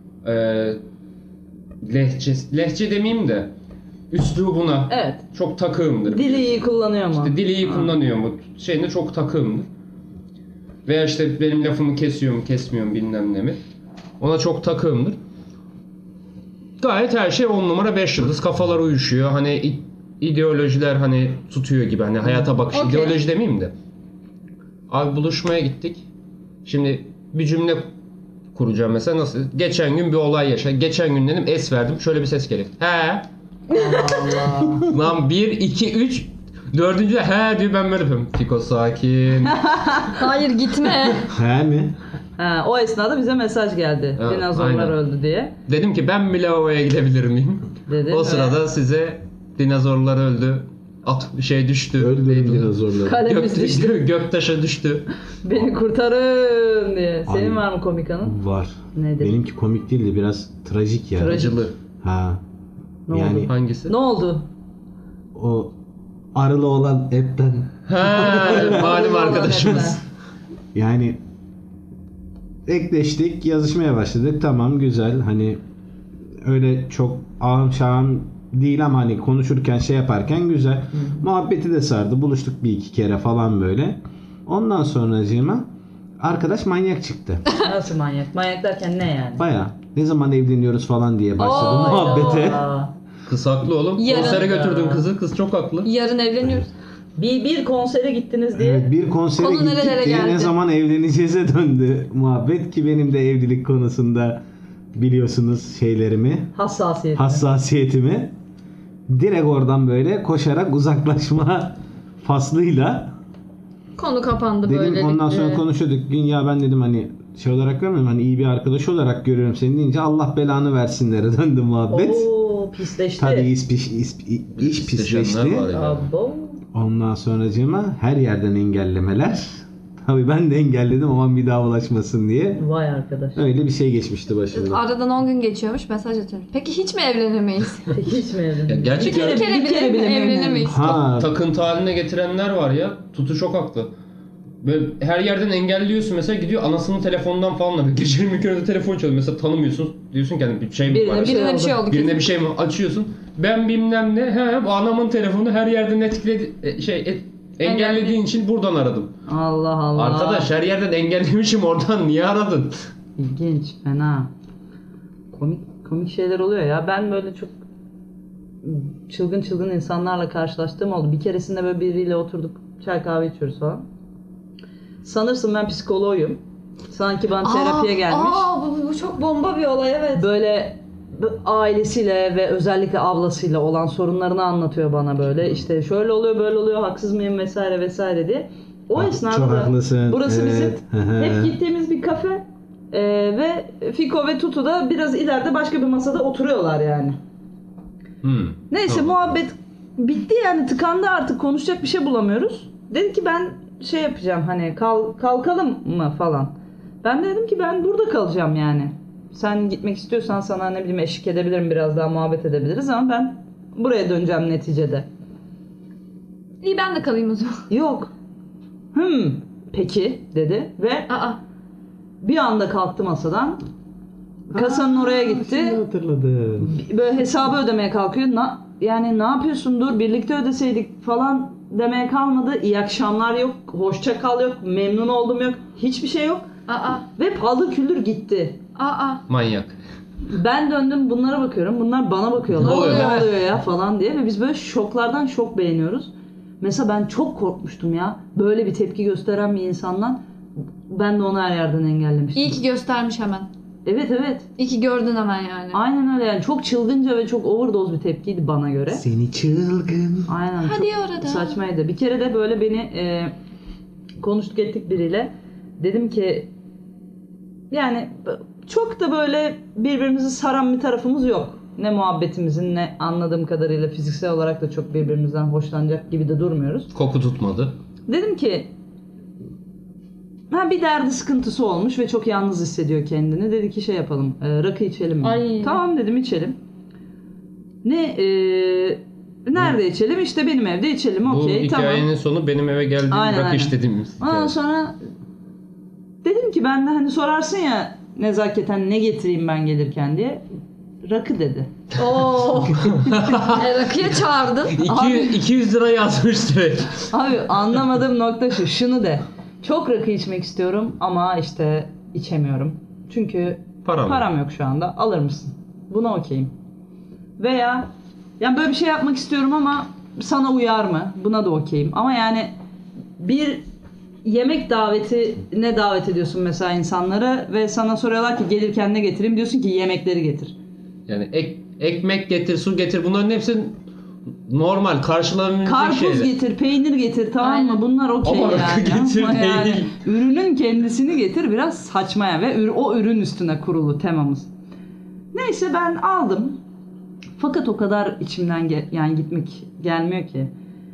lehçe demeyeyim de üslubuna Evet. çok takığımdır. Dili iyi kullanıyor mu? İşte dili iyi kullanıyor mu? Şeyine çok takığımdır. Veya işte benim lafımı kesiyor mu kesmiyor mu bilmem ne mi. Ona çok takığımdır. Gayet her şey 10 numara 5 yıldız. Kafalar uyuşuyor. Hani ideolojiler hani tutuyor gibi. Hani hayata bakış. Okay. İdeoloji demeyeyim de. Abi buluşmaya gittik. Şimdi bir cümle kuracağım mesela nasıl? Geçen gün bir olay yaşa. Geçen gün dedim es verdim. Şöyle bir ses geliyor. He. Allah. Lan 1, 2, 3 dördüncü de he diyor ben böyle yapıyorum. Fiko sakin. Hayır gitme. He mi? Ha, o esnada bize mesaj geldi. Evet, Dinozorlar aynen. öldü diye. Dedim ki ben bir lavaboya gidebilir miyim? Dedi O ve sırada size dinozorlar öldü. düştü. Öldürün dinozorları. kalemiz düştü. Göktaşa düştü. Beni kurtarın diye. Senin Ay. var mı komik anın? Var. Nedir? Benimki komik değildi, biraz trajik ya. Acılı. Ha. Ne yani oldu? Hangisi? Ne oldu? o arılı olan app'ten He, malum arkadaşımız. yani ekleştik, yazışmaya başladık. Tamam, güzel. Hani öyle çok ağım şağım değil ama hani konuşurken şey yaparken güzel. Muhabbeti de sardı. Buluştuk bir iki kere falan böyle. Ondan sonracığıma arkadaş manyak çıktı. Nasıl manyak? Manyak derken ne yani? Baya ne zaman evleniyoruz falan diye başladı muhabbete. Aa. Kız haklı oğlum. Yarın. Konsere götürdün kızı. Kız çok haklı. Yarın evleniyoruz. Bir konsere gittiniz diye. Evet, bir konsere Konu gittik nerelere diye geldi? ne zaman evleneceğize döndü muhabbet ki benim de evlilik konusunda biliyorsunuz şeylerimi, Hassasiyet. hassasiyetimi. direkt oradan böyle koşarak uzaklaşma faslıyla Konu kapandı dedim, böylelikle. ondan sonra konuşuyorduk. Gün ya ben dedim hani şey olarak görmüyorum, hani iyi bir arkadaş olarak görüyorum seni deyince Allah belanı versinlere döndü muhabbet. Oo, pisleşti. Tabii iş pisleşti. Pisleşenler var ya. Abo. Ondan sonracığıma her yerden engellemeler. Tabii ben de engelledim aman bir daha ulaşmasın diye. Vay arkadaş. Öyle bir şey geçmişti başımda. Aradan 10 gün geçiyormuş, mesaj atıyorum. Peki hiç mi evlenemeyiz? Hiç mi evlendin? Ya gerçekten Bir kere bile evlenemeyiz. Ha, takıntı haline getirenler var ya. Tutu çok haklı. Böyle her yerden engelliyorsun, mesela gidiyor anasının telefonundan falan da gecenin bir köründe telefon çalıyor, mesela tanımıyorsun, diyorsun ki hani bir şey mi Birine var? bir şey Birine bir şey oldu. Birine kesin. bir şey mi açıyorsun? Ben bilmem ne. He, bu anamın telefonu her yerden engellediğin için buradan aradım. Allah Allah. Arkadaş her yerden engellemişim, oradan niye aradın? İlginç, fena. Komik şeyler oluyor ya. Ben böyle çok çılgın insanlarla karşılaştığım oldu. Bir keresinde böyle biriyle oturduk, çay kahve içiyoruz falan. Sanırsın ben psikoloğuyum. Sanki bana terapiye gelmiş. Bu çok bomba bir olay, evet. Böyle ailesiyle ve özellikle ablasıyla olan sorunlarını anlatıyor bana böyle. İşte şöyle oluyor, böyle oluyor, haksız mıyım vesaire vesaire diye. O esnada çok da haklısın. burası Evet. bizim hep gittiğimiz bir kafe. Ve Fiko ve Tutu da biraz ileride başka bir masada oturuyorlar yani. Neyse Tamam. muhabbet bitti yani, tıkandı artık, konuşacak bir şey bulamıyoruz. Dedi ki ben şey yapacağım, hani kalkalım mı falan. Ben de dedim ki ben burada kalacağım yani. Sen gitmek istiyorsan sana ne bileyim eşlik edebilirim, biraz daha muhabbet edebiliriz ama ben buraya döneceğim neticede. İyi, ben de kalayım o zaman. Yok. Peki dedi ve bir anda kalktı masadan. Kasanın oraya gitti. Şimdi hatırladım. Böyle hesabı ödemeye kalkıyor. Yani ne yapıyorsun, dur birlikte ödeseydik falan demeye kalmadı. İyi akşamlar yok, hoşça kal yok, memnun oldum yok, hiçbir şey yok. Ve paldır küldür gitti. Manyak. Ben döndüm, bunlara bakıyorum, bunlar bana bakıyorlar. Ne oluyor Ne be? oluyor ya falan diye ve biz böyle şoklardan şok beğeniyoruz. Mesela ben çok korkmuştum ya, böyle bir tepki gösteren bir insandan. Ben de onu her yerden engellemiştim. İyi ki göstermiş hemen. Evet. İyi ki gördün hemen yani. Aynen öyle yani, çok çılgınca ve çok overdose bir tepkiydi bana göre. Seni çılgın. Aynen. Hadi çok orada. saçmaydı. Bir kere de böyle beni konuştuk ettik biriyle. Dedim ki yani çok da böyle birbirimizi saran bir tarafımız yok. Ne muhabbetimizin ne anladığım kadarıyla fiziksel olarak da çok birbirimizden hoşlanacak gibi de durmuyoruz. Koku tutmadı. Dedim ki bir derdi sıkıntısı olmuş ve çok yalnız hissediyor kendini. Dedi ki şey yapalım, rakı içelim mi? Ay. Tamam dedim, içelim. Nerede içelim? İşte benim evde içelim. Bu Okey tamam. hikayenin sonu benim eve geldiğim Aynen. rakı istediğimiz. Ondan sonra dedim ki ben de hani sorarsın ya nezaketen ne getireyim ben gelirken diye. Rakı dedi. Oo. Rakıya çağırdın. 200 lira yazmış direkt. Abi anlamadığım nokta şu. Şunu de. Çok rakı içmek istiyorum ama işte içemiyorum. Çünkü param yok şu anda. Alır mısın? Buna okeyim. Veya yani böyle bir şey yapmak istiyorum ama sana uyar mı? Buna da okeyim. Ama yani bir yemek davetine davet ediyorsun mesela insanları ve sana soruyorlar ki gelirken ne getireyim? Diyorsun ki yemekleri getir. Yani ekmek getir, su getir. Bunların hepsi normal karşılanabilecek şeyler. Karpuz getir, peynir getir, tamam mı? Aynen. Bunlar okey Ama yani. rakı getir, Ama yani peynir. ürünün kendisini getir biraz saçma ya ve o ürün üstüne kurulu temamız. Neyse ben aldım. Fakat o kadar içimden yani gitmek gelmiyor ki.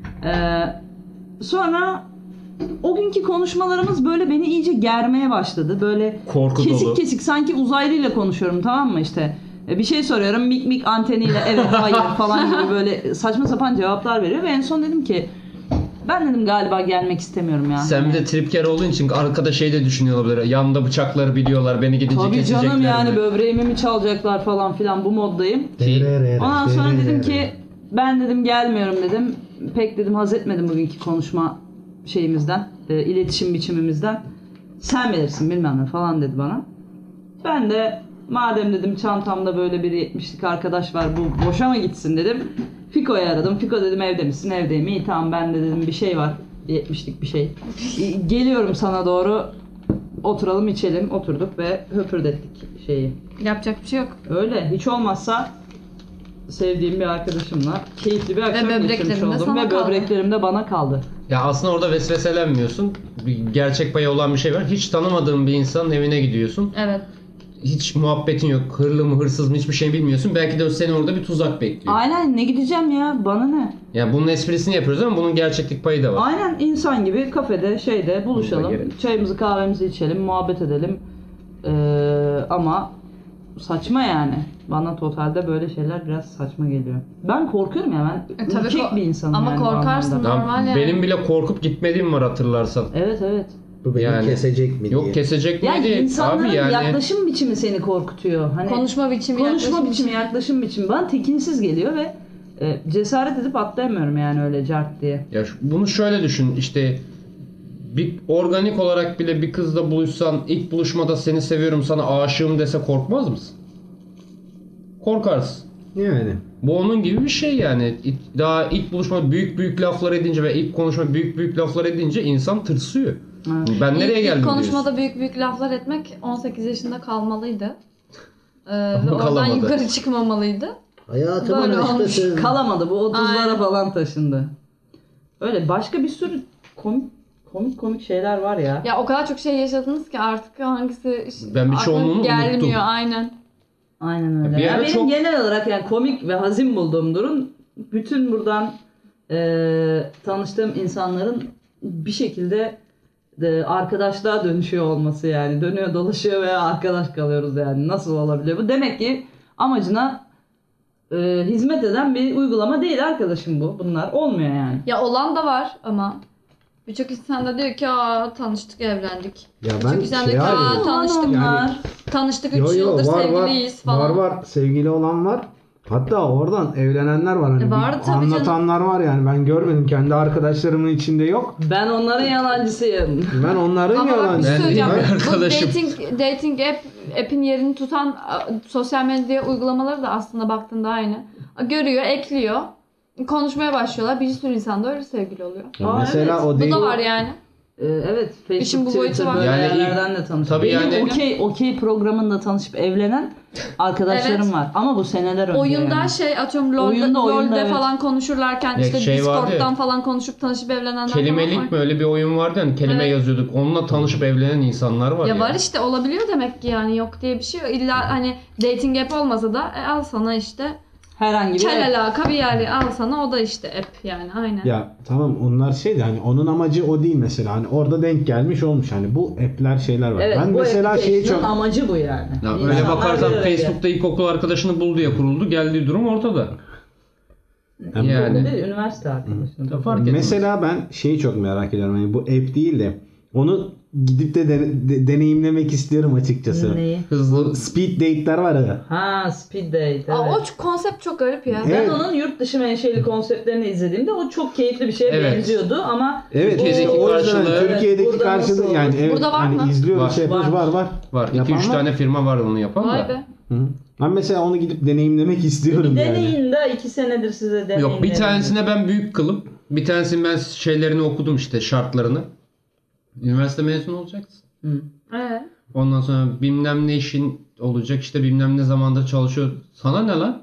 Sonra o günkü konuşmalarımız böyle beni iyice germeye başladı. Böyle Korku kesik dolu. kesik sanki uzaylıyla konuşuyorum, tamam mı işte. Bir şey soruyorum, mik anteniyle evet hayır falan gibi böyle saçma sapan cevaplar veriyor ve en son dedim ki ben dedim galiba gelmek istemiyorum ya. Sen bir de tripker olduğun için arkada şey de düşünüyor olabilir. Yanında bıçakları biliyorlar, beni gidince Tabii kesecekler canım yani mi? böbreğimi mi çalacaklar falan filan, bu moddayım. Ondan sonra dedim ki ben dedim gelmiyorum dedim. Pek dedim haz etmedim bugünkü konuşma şeyimizden, iletişim biçimimizden. Sen bilirsin bilmem ne falan dedi bana. Ben de madem dedim çantamda böyle bir 70'lik arkadaş var, bu boşa mı gitsin dedim. Fiko'yu aradım. Fiko dedim evde misin? Evdeyim. İyi tamam, ben de dedim bir şey var. 70'lik bir şey. Geliyorum sana doğru. Oturalım içelim. Oturduk ve höpürdettik şeyi. Yapacak bir şey yok. Öyle. Hiç olmazsa sevdiğim bir arkadaşımla keyifli bir akşam geçirmiş böbreklerinde oldum sana ve kaldı. böbreklerim de bana kaldı. Ya aslında orada vesveselenmiyorsun. Bir gerçek payı olan bir şey var. Hiç tanımadığın bir insanın evine gidiyorsun. Evet. Hiç muhabbetin yok. Hırlı mı hırsız mı hiçbir şey bilmiyorsun. Belki de seni orada bir tuzak bekliyor. Aynen, ne gideceğim ya, bana ne? Yani bunun esprisini yapıyoruz ama bunun gerçeklik payı da var. Aynen, insan gibi kafede şeyde buluşalım, gerek. çayımızı kahvemizi içelim, muhabbet edelim. Ama saçma yani. Bana totalde böyle şeyler biraz saçma geliyor. Ben korkuyorum ya, ben Tabii ürkek bir insanım ama yani bu korkarsın anlamda. normal Tamam, yani. benim bile korkup gitmediğim var hatırlarsan. Evet evet. Bu beni Yani- kesecek mi Yok diye. kesecek mi Yani değil. insanların Abi yani yaklaşım biçimi seni korkutuyor. Hani Konuşma biçimi, konuşma yaklaşım biçimi, yaklaşım biçimi bana tekinsiz geliyor ve cesaret edip atlayamıyorum yani öyle cart diye. ya bunu şöyle düşün işte bir organik olarak bile bir kızla buluşsan ilk buluşmada seni seviyorum sana aşığım dese korkmaz mısın? Korkarsın. Yani. Bu onun gibi bir şey yani. Daha ilk buluşma büyük büyük laflar edince ve ilk konuşma büyük büyük laflar edince insan tırsıyor. Evet. Ben nereye geldim İlk diyorsun. konuşmada büyük büyük laflar etmek 18 yaşında kalmalıydı. Ve oradan kalamadı. yukarı çıkmamalıydı. Hayatımın Böyle olmuş. aşkısı. Kalamadı, bu 30'lara Aynen. falan taşındı. Öyle başka bir sürü komik şeyler var ya. Ya o kadar çok şey yaşadınız ki artık hangisi Ben bir aklına çoğunluğunu gelmiyor unuttum. aynen. Aynen öyle. Bir Ya ara benim çok- genel olarak yani komik ve hazin bulduğum durum bütün buradan tanıştığım insanların bir şekilde arkadaşlığa dönüşüyor olması yani. Dönüyor dolaşıyor ve arkadaş kalıyoruz yani. Nasıl olabiliyor bu? Demek ki amacına hizmet eden bir uygulama değil arkadaşım bu. Bunlar olmuyor yani. Ya olan da var ama birçok insan da diyor ki aa tanıştık evlendik. Ya Birçok ben insan şey diyor ki abi- aa tanıştık Yani- tanıştık 3 yıldır sevgiliyiz falan. Var sevgili olan var. Hatta oradan evlenenler var hani. Var Bir tabii anlatanlar var yani ben görmedim, kendi arkadaşlarımın içinde yok. Ben onların yalancısıyım. Ben onların Ama bak bir yalancı. şey Ben söyleyeceğim. değilim Bu arkadaşım. dating app'in yerini tutan sosyal medya uygulamaları da aslında baktığında aynı. Görüyor, ekliyor. Konuşmaya başlıyorlar. Bir sürü insan da öyle sevgili oluyor. Ya Aa, mesela evet. o Bu değil. da var yani. Evet, İşin bu Facebook, boyutu Twitter var. böyle Yani yerlerden de tanıştım. tabii Benim yani- okey programında tanışıp evlenen arkadaşlarım Evet. var. Ama bu seneler önce Oyunda yani. şey atıyorum Oyunda, LoL'de evet. falan konuşurlarken Ya işte şey vardı Discord'dan ya, falan konuşup tanışıp evlenenler falan Kelimelik var. mi öyle bir oyun vardı hani kelime Evet. yazıyorduk. Onunla tanışıp evlenen insanlar var ya. Ya var işte olabiliyor demek ki yani yok diye bir şey yok. İlla hani dating app olmasa da al sana işte Herhangi bir kel alaka bir yer al sana o da işte app yani aynen. Ya tamam onlar şey de hani onun amacı o değil mesela. Hani orada denk gelmiş olmuş. Hani bu app'ler şeyler var. Evet, ben bu mesela şeyi application'ın çok amacı bu yani. Ya öyle İnsanlar bakarsan bir araya Facebook'ta ilkokul arkadaşını bul diye kuruldu. Geldiği durum ortada. Yani- Yani. geldi. Üniversite arkadaşım. Fark etmez. mesela ben şeyi çok merak ediyorum. Hani bu app değil de onu gidip de deneyimlemek istiyorum açıkçası. Neyi? Hızlı Speed date'ler var ya. Ha, speed date. Evet. Aa, o konsept çok garip ya. Ben Evet. onun yurt dışı menşeli konseptlerini izlediğimde o çok keyifli bir şeye Evet. benziyordu ama Evet. Türkiye'deki o yüzden karşılığı- Türkiye'deki Burada karşılığı nasıl yani olur? evet, Burada var hani mı? izliyoruz Var. şey yapıyoruz Var. var. var. 2-3 Yapan var. tane firma var onu yapan Vay da. be. Hı. Ben mesela onu gidip deneyimlemek istiyorum bir yani. deneyin de 2 senedir size deneyin. Yok bir deneyin. tanesine ben büyük kılıp bir tanesini ben şeylerini okudum işte şartlarını. Üniversite mezunu olacaksın. Hı. Ondan sonra bilmem ne işin olacak işte bilmem ne zamanda çalışıyor. Sana ne lan?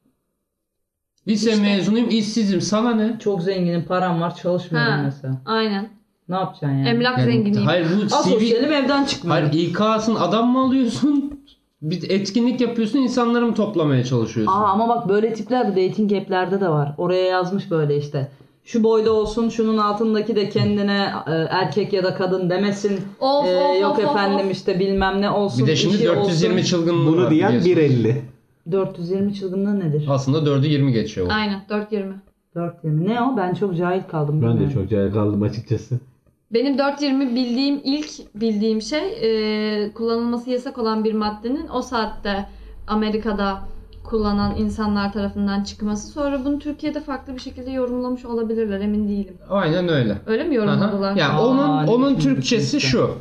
Lise İşte. mezunuyum işsizim sana ne? Çok zenginim, param var, çalışmıyorum Ha. mesela. Aynen. Ne yapacaksın yani? Emlak Yani, zenginiyim. hayır bu CV... Asosyalim, evden çıkmıyorum. Hayır İK'sın adam mı alıyorsun? Bir etkinlik yapıyorsun insanları mı toplamaya çalışıyorsun? Ama bak böyle tipler bu dating app'lerde de var. Oraya yazmış böyle işte. Şu boyda olsun, şunun altındaki de kendine erkek ya da kadın demesin. Of, of, Yok of, of, efendim of. işte bilmem ne olsun. Bir de şimdi işi 420 olsun. çılgınlığı Bunu var diyen biliyorsunuz. 1.50. 420 çılgınlığı nedir? Aslında 4'ü 20 geçiyor. o. Aynen 4.20. 420. Ne o? Ben çok cahil kaldım. Ben de bilmiyorum. çok cahil kaldım açıkçası. Benim 4.20 ilk bildiğim şey kullanılması yasak olan bir maddenin o saatte Amerika'da kullanan insanlar tarafından çıkması. Sonra bunu Türkiye'de farklı bir şekilde yorumlamış olabilirler emin değilim. Aynen öyle. Öyle mi Aha. yorumladılar? Ya Aa, onun ne Türkçesi düşünmüştüm. şu.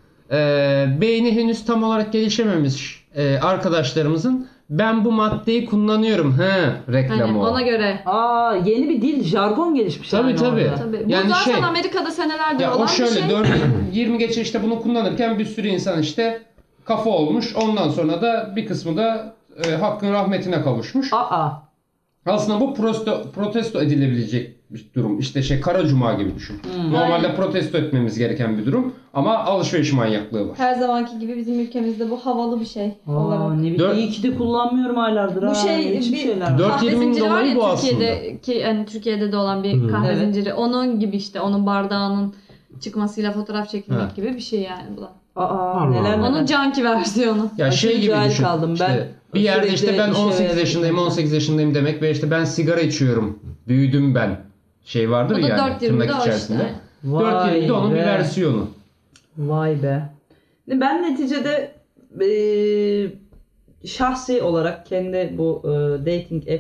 Beyni henüz tam olarak gelişememiş arkadaşlarımızın ben bu maddeyi kullanıyorum reklamı Hani o. ona göre. Yeni bir dil, jargon gelişmiş. Tabii, yani tabii. orada. Tabii. Bu Yani zaten şey- Amerika'da senelerdir Ya olan o şöyle bir şey. 20 geçe işte bunu kullanırken bir sürü insan işte kafa olmuş. Ondan sonra da bir kısmı da hakkın rahmetine kavuşmuş. Aslında bu protesto edilebilecek bir durum. İşte Kara Cuma gibi düşün. Normalde protesto etmemiz gereken bir durum ama alışveriş manyaklığı var. Her zamanki gibi bizim ülkemizde bu havalı bir şey olarak. Ne bileyim, iyi ki de kullanmıyorum aylardır. Bu şey Hiçbir bir şeyler var. 4-20 kahve bin zinciri var doları ya bu aslında. Türkiye'de, hani Türkiye'de de olan bir kahve Evet. zinciri. Onun gibi işte onun bardağının çıkmasıyla fotoğraf çekilmek Ha. gibi bir şey yani bu da. Neler Onun neler. canki versiyonu. Ya Aşırı gibi cahil düşün. kaldım. İşte Ben bir yerde sürekli işte ben işe 18 ve- yaşındayım, 18 yaşındayım demek ve işte ben sigara içiyorum. Büyüdüm ben. Vardır O da yani 4.20'de tırnak o içerisinde. işte. 4.20'de onun bir be. versiyonu. Vay be. Ben neticede şahsi olarak kendi bu dating app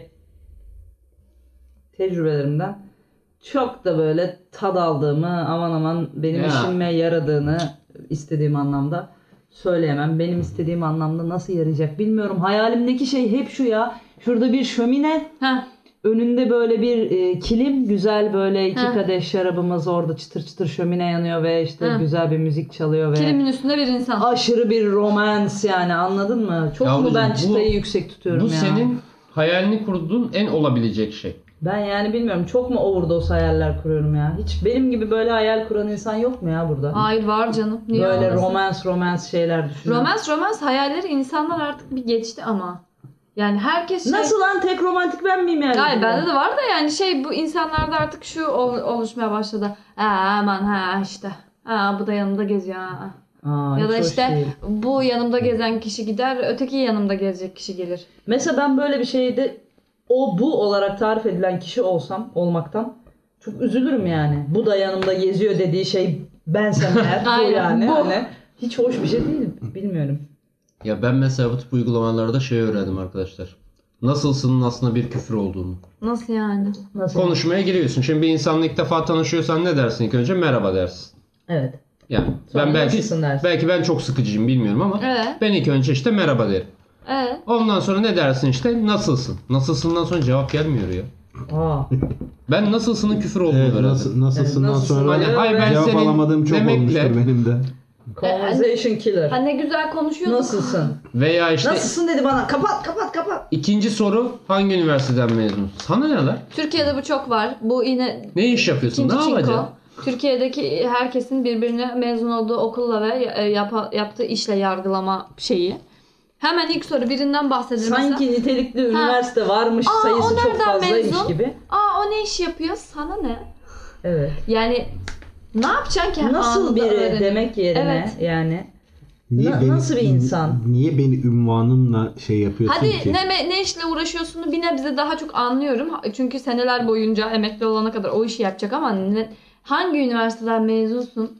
tecrübelerimden çok da böyle tad aldığımı, aman aman benim Ya. işime yaradığını istediğim anlamda söyleyemem. Benim istediğim anlamda nasıl yarayacak bilmiyorum. Hayalimdeki şey hep şu ya. Şurada bir şömine, Heh. önünde böyle bir kilim, güzel böyle 2 Heh. kadeh şarabımız, orada çıtır çıtır şömine yanıyor ve işte Heh. güzel bir müzik çalıyor ve Kilimin üstünde bir insan. aşırı bir romans, yani anladın mı? Çok mu Yavrucuğum, ben bu- çıtayı yüksek tutuyorum Bu ya? senin hayalini kurduğun en olabilecek şey. Ben yani bilmiyorum, çok mu overdose hayaller kuruyorum ya? Hiç benim gibi böyle hayal kuran insan yok mu ya burada? Hayır var canım. Niye Böyle olmasın? romans şeyler düşünüyorum. Romans hayalleri insanlar artık bir geçti ama. Yani herkes şey... Nasıl lan, tek romantik ben miyim yani? Hayır bende de var da yani bu insanlarda artık şu oluşmaya başladı. Aman işte. Bu da yanımda geziyor. Aa, Ya da hiç hoş işte değil. bu yanımda gezen kişi gider, öteki yanımda gezecek kişi gelir. Mesela ben böyle bir şeyde o bu olarak tarif edilen kişi olmaktan çok üzülürüm yani. Bu da yanımda geziyor dediği şey bensem eğer bu Aynen, yani. bu. Hani hiç hoş bir şey değil. Bilmiyorum. Ya ben mesela bu tip uygulamalarda öğrendim arkadaşlar. Nasılsının aslında bir küfür olduğunu. Nasıl yani? Nasıl? Konuşmaya giriyorsun. Şimdi bir insanla ilk defa tanışıyorsan ne dersin ilk önce? Merhaba dersin. Evet. Yani Sonra ben nasılsın dersin. belki ben çok sıkıcıyım bilmiyorum ama Evet. ben ilk önce işte merhaba derim. Evet. Ondan sonra ne dersin işte nasılsın? Nasılsından sonra cevap gelmiyor ya. Aa. Ben nasılsının küfür olduğunu Evet, öğrendim. nasılsından Evet, nasılsın? sonra Hani, hayır, ben cevap senin alamadığım çok demekle- olmuştur benim de. Conversation killer. Ha ne güzel konuşuyorduk. Nasılsın? Veya işte Nasılsın dedi bana. Kapat. ikinci soru hangi üniversiteden mezun? Sana ne lan? Türkiye'de bu çok var. Bu yine Ne iş yapıyorsun? ikinci Ne çinko. yapacaksın? Türkiye'deki herkesin birbirine mezun olduğu okulla ve yaptığı işle yargılama şeyi. Hemen ilk soru birinden bahsedilir mesela. Sanki nitelikli üniversite varmış, Aa, sayısı o çok nereden fazlaymış mezun? gibi. O ne iş yapıyor? Sana ne? Evet. Yani ne yapacaksın ki? Nasıl anında biri öğrenip? demek yerine Evet. yani. Niye Nasıl bir insan? Niye beni ünvanımla yapıyorsun Hadi ki? ne işle uğraşıyorsunu bir nebze daha çok anlıyorum. Çünkü seneler boyunca emekli olana kadar o işi yapacak ama hangi üniversiteden mezunsun?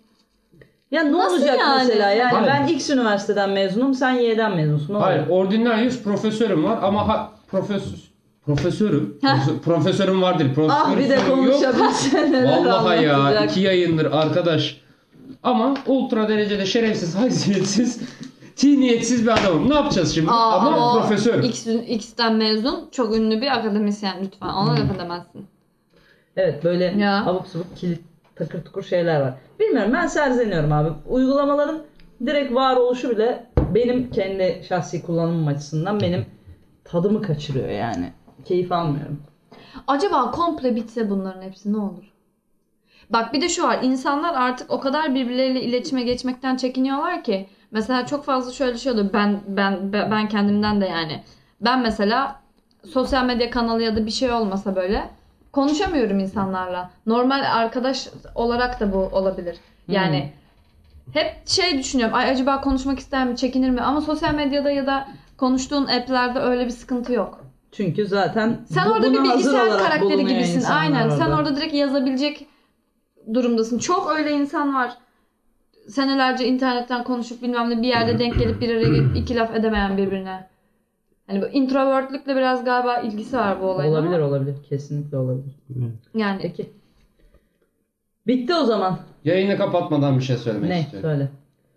Ya ne Nasıl olacak yani? mesela? Yani Hayır. ben X üniversiteden mezunum, sen Y'den mezunsun. Ne Hayır, olacak? ordinarius profesörüm var ama profesörüm. Profesörüm var değil. Ah bir de Profesörüm yok. konuşabilse neler Vallahi ya anlatacak. 2 yayındır arkadaş. Ama ultra derecede şerefsiz, haysiyetsiz, niyetsiz bir adamım. Ne yapacağız şimdi? Ama o profesörüm. X'ten mezun çok ünlü bir akademisyen lütfen. Ona laf edemezsin. Evet, böyle Ya. abuk subuk kilit takır tukur şeyler var. Bilmiyorum, ben serzeniyorum abi. Uygulamaların direkt varoluşu bile benim kendi şahsi kullanımım açısından benim tadımı kaçırıyor yani. Keyif almıyorum. Acaba komple bitse bunların hepsi ne olur? Bak bir de şu var. İnsanlar artık o kadar birbirleriyle iletişime geçmekten çekiniyorlar ki. Mesela çok fazla şöyle şey oluyor. Ben kendimden de yani. Ben mesela sosyal medya kanalı ya da bir şey olmasa böyle konuşamıyorum insanlarla. Normal arkadaş olarak da bu olabilir. Yani hep düşünüyorum. Ay acaba konuşmak ister mi, çekinir mi? Ama sosyal medyada ya da konuştuğun app'lerde öyle bir sıkıntı yok. Çünkü zaten Sen orada bir buna hazır bilgisayar olarak karakteri bulunuyor gibisin. insanlar Aynen. Sen orada. orada direkt yazabilecek durumdasın. Çok öyle insan var. Senelerce internetten konuşup bilmem ne bir yerde denk gelip bir araya gelip iki laf edemeyen birbirine. Hani bu introvertlükle biraz galiba ilgisi var bu olayın. Olabilir ama. olabilir. Kesinlikle olabilir. Yani Peki. Bitti o zaman. Yayını kapatmadan bir şey söylemek Ne? istiyorum. Söyle.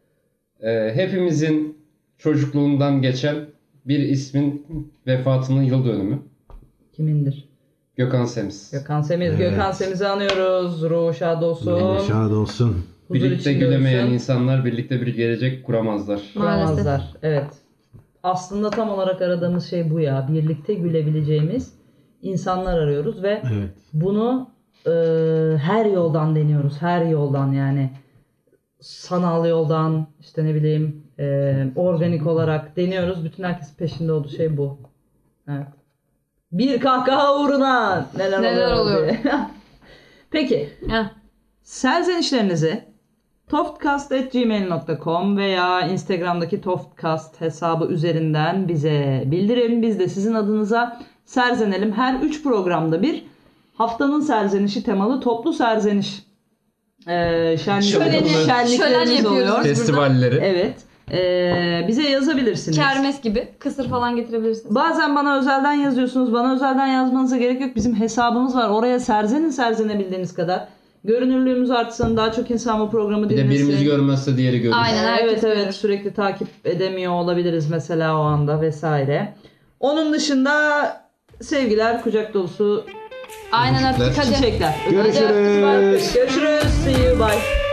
Hepimizin çocukluğundan geçen bir ismin vefatının yıl dönümü. Kimindir? Gökhan Semiz. Gökhan Semiz. Evet. Gökhan Semiz'i anıyoruz. Ruhu şad olsun. Şad olsun. Huzur Birlikte içinde gülemeyen olsun. insanlar birlikte bir gelecek kuramazlar. Kuramazlar. Evet. Aslında tam olarak aradığımız şey bu ya. Birlikte gülebileceğimiz, insanlar arıyoruz ve Evet. bunu her yoldan deniyoruz. Her yoldan yani sanal yoldan işte ne bileyim organik olarak deniyoruz. Bütün herkes peşinde olduğu şey bu. Evet. Bir kahkaha uğruna neler oluyor. diye. Peki. Heh. Serzenişlerinizi toftcast@gmail.com veya Instagram'daki toftcast hesabı üzerinden bize bildirin. Biz de sizin adınıza serzenelim. Her 3 programda bir haftanın serzenişi temalı toplu serzeniş şenliklerimiz şölen yapıyoruz. oluyor. Festivalleri. Evet. Bize yazabilirsiniz. Kermes gibi. Kısır falan getirebilirsiniz. Bazen bana özelden yazıyorsunuz. Bana özelden yazmanıza gerek yok. Bizim hesabımız var. Oraya serzenebildiğiniz kadar. Görünürlüğümüz artsın. Daha çok insan bu programı Bir de dinlesin. birimiz görmezse diğeri görür. Aynen, herkes Evet görür. sürekli takip edemiyor olabiliriz mesela o anda vesaire. Onun dışında sevgiler, kucak dolusu Aynen, öptük hadi. çiçekler. Görüşürüz. Görüşürüz. See you. Bye.